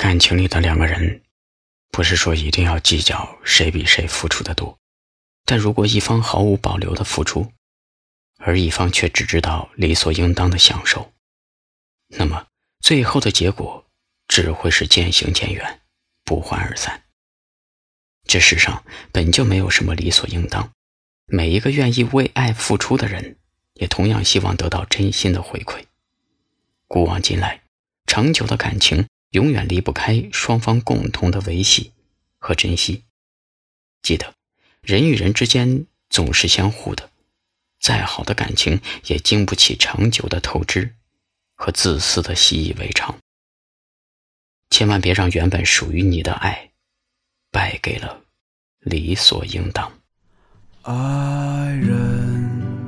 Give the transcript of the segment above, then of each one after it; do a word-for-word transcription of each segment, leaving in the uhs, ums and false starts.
感情里的两个人，不是说一定要计较谁比谁付出的多，但如果一方毫无保留的付出，而一方却只知道理所应当的享受，那么最后的结果只会是渐行渐远，不欢而散。这世上本就没有什么理所应当，每一个愿意为爱付出的人，也同样希望得到真心的回馈。古往今来，长久的感情永远离不开双方共同的维系和珍惜。记得，人与人之间总是相互的，再好的感情也经不起长久的透支和自私的习以为常。千万别让原本属于你的爱败给了理所应当。 爱人，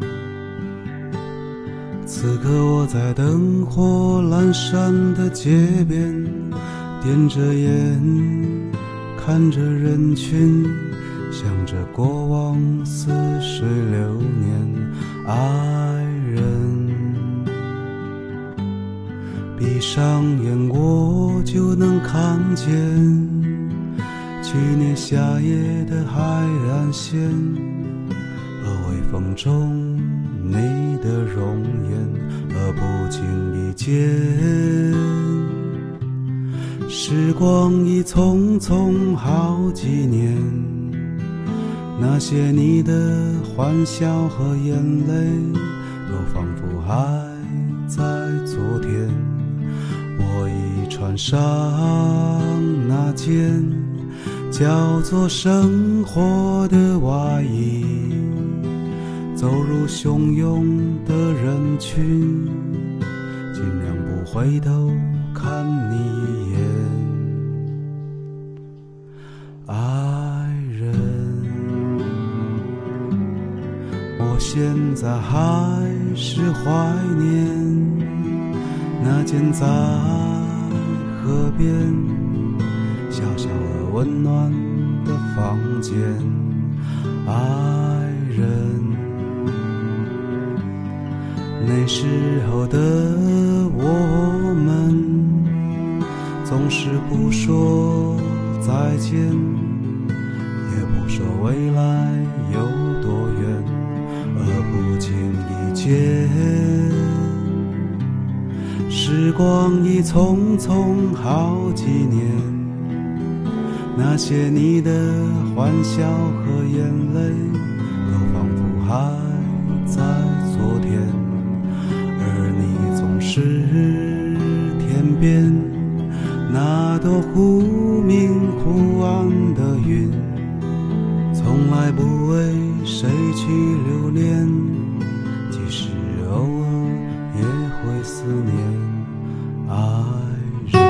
此刻我在灯火阑珊的街边，点着烟，看着人群，想着过往似水流年。爱人，闭上眼我就能看见去年夏夜的海岸线，和微风中你的容颜，而不经意间，时光已匆匆好几年，那些你的欢笑和眼泪，都仿佛还在昨天。我已穿上那件叫做生活的外衣，走入汹涌的人群，尽量不回头看你一眼。爱人，我现在还是怀念那间在河边小小而温暖的房间。爱人，那时候的我们总是不说再见，也不说未来有多远，而不经意间，时光已匆匆好几年，那些你的欢笑和眼泪，都仿佛还在昨天。而你总是天边那朵忽明忽暗的云，从来不为谁去留恋，即使偶尔也会思念。爱人，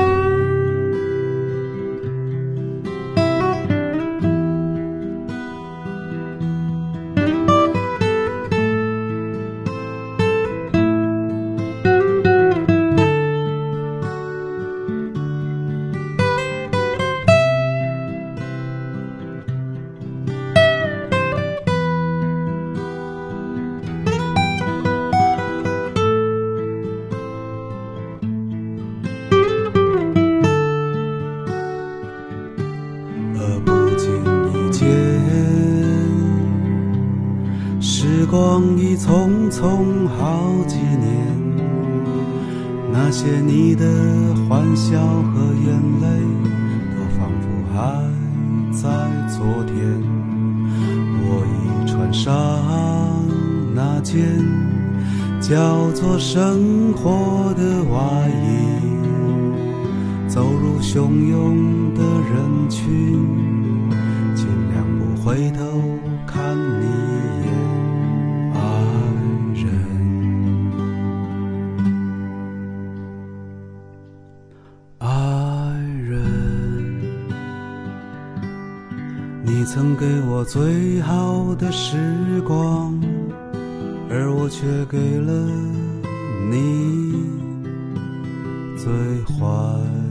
时光已匆匆好几年，那些你的欢笑和眼泪，都仿佛还在昨天。我已穿上那件叫做生活的外衣，走入汹涌的人群，尽量不回头看你一眼。你曾给我最好的时光，而我却给了你最坏